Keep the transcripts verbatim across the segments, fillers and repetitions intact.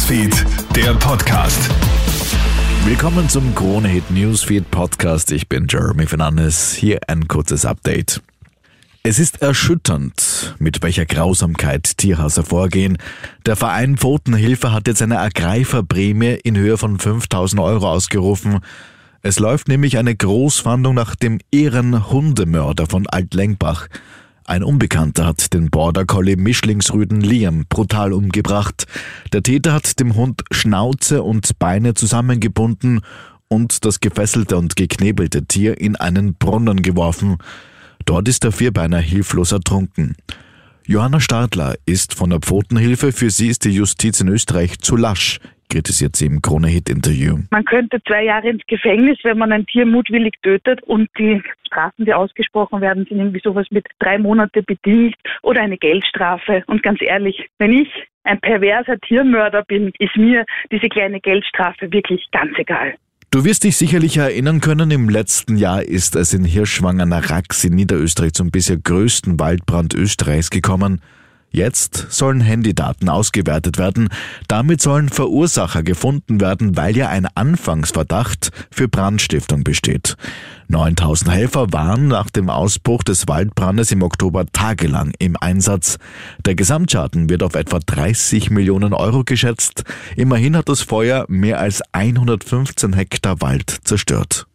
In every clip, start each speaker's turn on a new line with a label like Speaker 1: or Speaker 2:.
Speaker 1: Newsfeed, der Podcast.
Speaker 2: Willkommen zum Krone Hit Newsfeed Podcast. Ich bin Jeremy Fernandes. Hier ein kurzes Update. Es ist erschütternd, mit welcher Grausamkeit Tierhasser vorgehen. Der Verein Pfotenhilfe hat jetzt eine Ergreiferprämie in Höhe von fünftausend Euro ausgerufen. Es läuft nämlich eine Großfahndung nach dem Ehrenhundemörder von Altlengbach. Ein Unbekannter hat den Border Collie Mischlingsrüden Liam brutal umgebracht. Der Täter hat dem Hund Schnauze und Beine zusammengebunden und das gefesselte und geknebelte Tier in einen Brunnen geworfen. Dort ist der Vierbeiner hilflos ertrunken. Johanna Stadler ist von der Pfotenhilfe. Für sie ist die Justiz in Österreich zu lasch, kritisiert sie im Krone-Hit-Interview.
Speaker 3: Man könnte zwei Jahre ins Gefängnis, wenn man ein Tier mutwillig tötet, und die Strafen, die ausgesprochen werden, sind irgendwie sowas mit drei Monate bedingt oder eine Geldstrafe. Und ganz ehrlich, wenn ich ein perverser Tiermörder bin, ist mir diese kleine Geldstrafe wirklich ganz egal.
Speaker 2: Du wirst dich sicherlich erinnern können, im letzten Jahr ist es in Hirschwang-an-der-Rax in Niederösterreich zum bisher größten Waldbrand Österreichs gekommen. Jetzt sollen Handydaten ausgewertet werden. Damit sollen Verursacher gefunden werden, weil ja ein Anfangsverdacht für Brandstiftung besteht. neuntausend Helfer waren nach dem Ausbruch des Waldbrandes im Oktober tagelang im Einsatz. Der Gesamtschaden wird auf etwa dreißig Millionen Euro geschätzt. Immerhin hat das Feuer mehr als hundertfünfzehn Hektar Wald zerstört.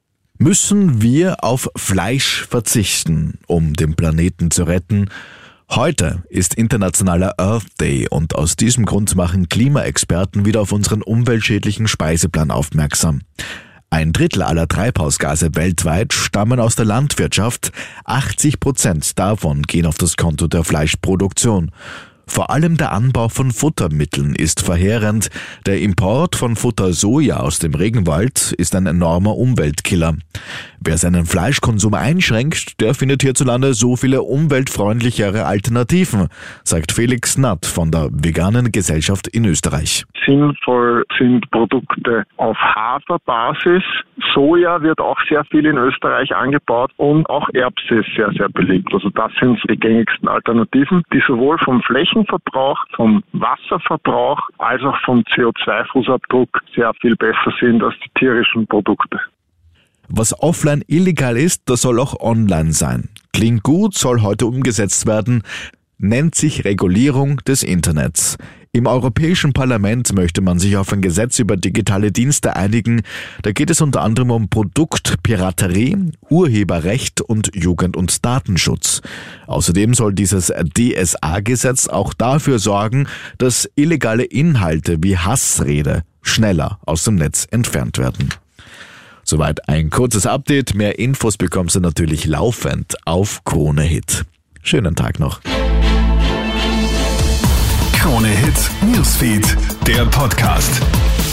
Speaker 2: Müssen wir auf Fleisch verzichten, um den Planeten zu retten? Heute ist internationaler Earth Day und aus diesem Grund machen Klimaexperten wieder auf unseren umweltschädlichen Speiseplan aufmerksam. Ein Drittel aller Treibhausgase weltweit stammen aus der Landwirtschaft, achtzig Prozent davon gehen auf das Konto der Fleischproduktion. Vor allem der Anbau von Futtermitteln ist verheerend. Der Import von Futter Soja aus dem Regenwald ist ein enormer Umweltkiller. Wer seinen Fleischkonsum einschränkt, der findet hierzulande so viele umweltfreundlichere Alternativen, sagt Felix Natt von der Veganen Gesellschaft in Österreich.
Speaker 4: Sinnvoll sind Produkte auf Haferbasis. Soja wird auch sehr viel in Österreich angebaut und auch Erbse ist sehr, sehr beliebt. Also das sind die gängigsten Alternativen, die sowohl vom Flächenverbrauch, vom Wasserverbrauch als auch vom C O zwei Fußabdruck sehr viel besser sind als die tierischen Produkte.
Speaker 2: Was offline illegal ist, das soll auch online sein. Klingt gut, soll heute umgesetzt werden, nennt sich Regulierung des Internets. Im Europäischen Parlament möchte man sich auf ein Gesetz über digitale Dienste einigen. Da geht es unter anderem um Produktpiraterie, Urheberrecht und Jugend- und Datenschutz. Außerdem soll dieses D S A-Gesetz auch dafür sorgen, dass illegale Inhalte wie Hassrede schneller aus dem Netz entfernt werden. Soweit ein kurzes Update. Mehr Infos bekommst du natürlich laufend auf Krone Hit. Schönen Tag noch.
Speaker 1: Krone Hit Newsfeed, der Podcast.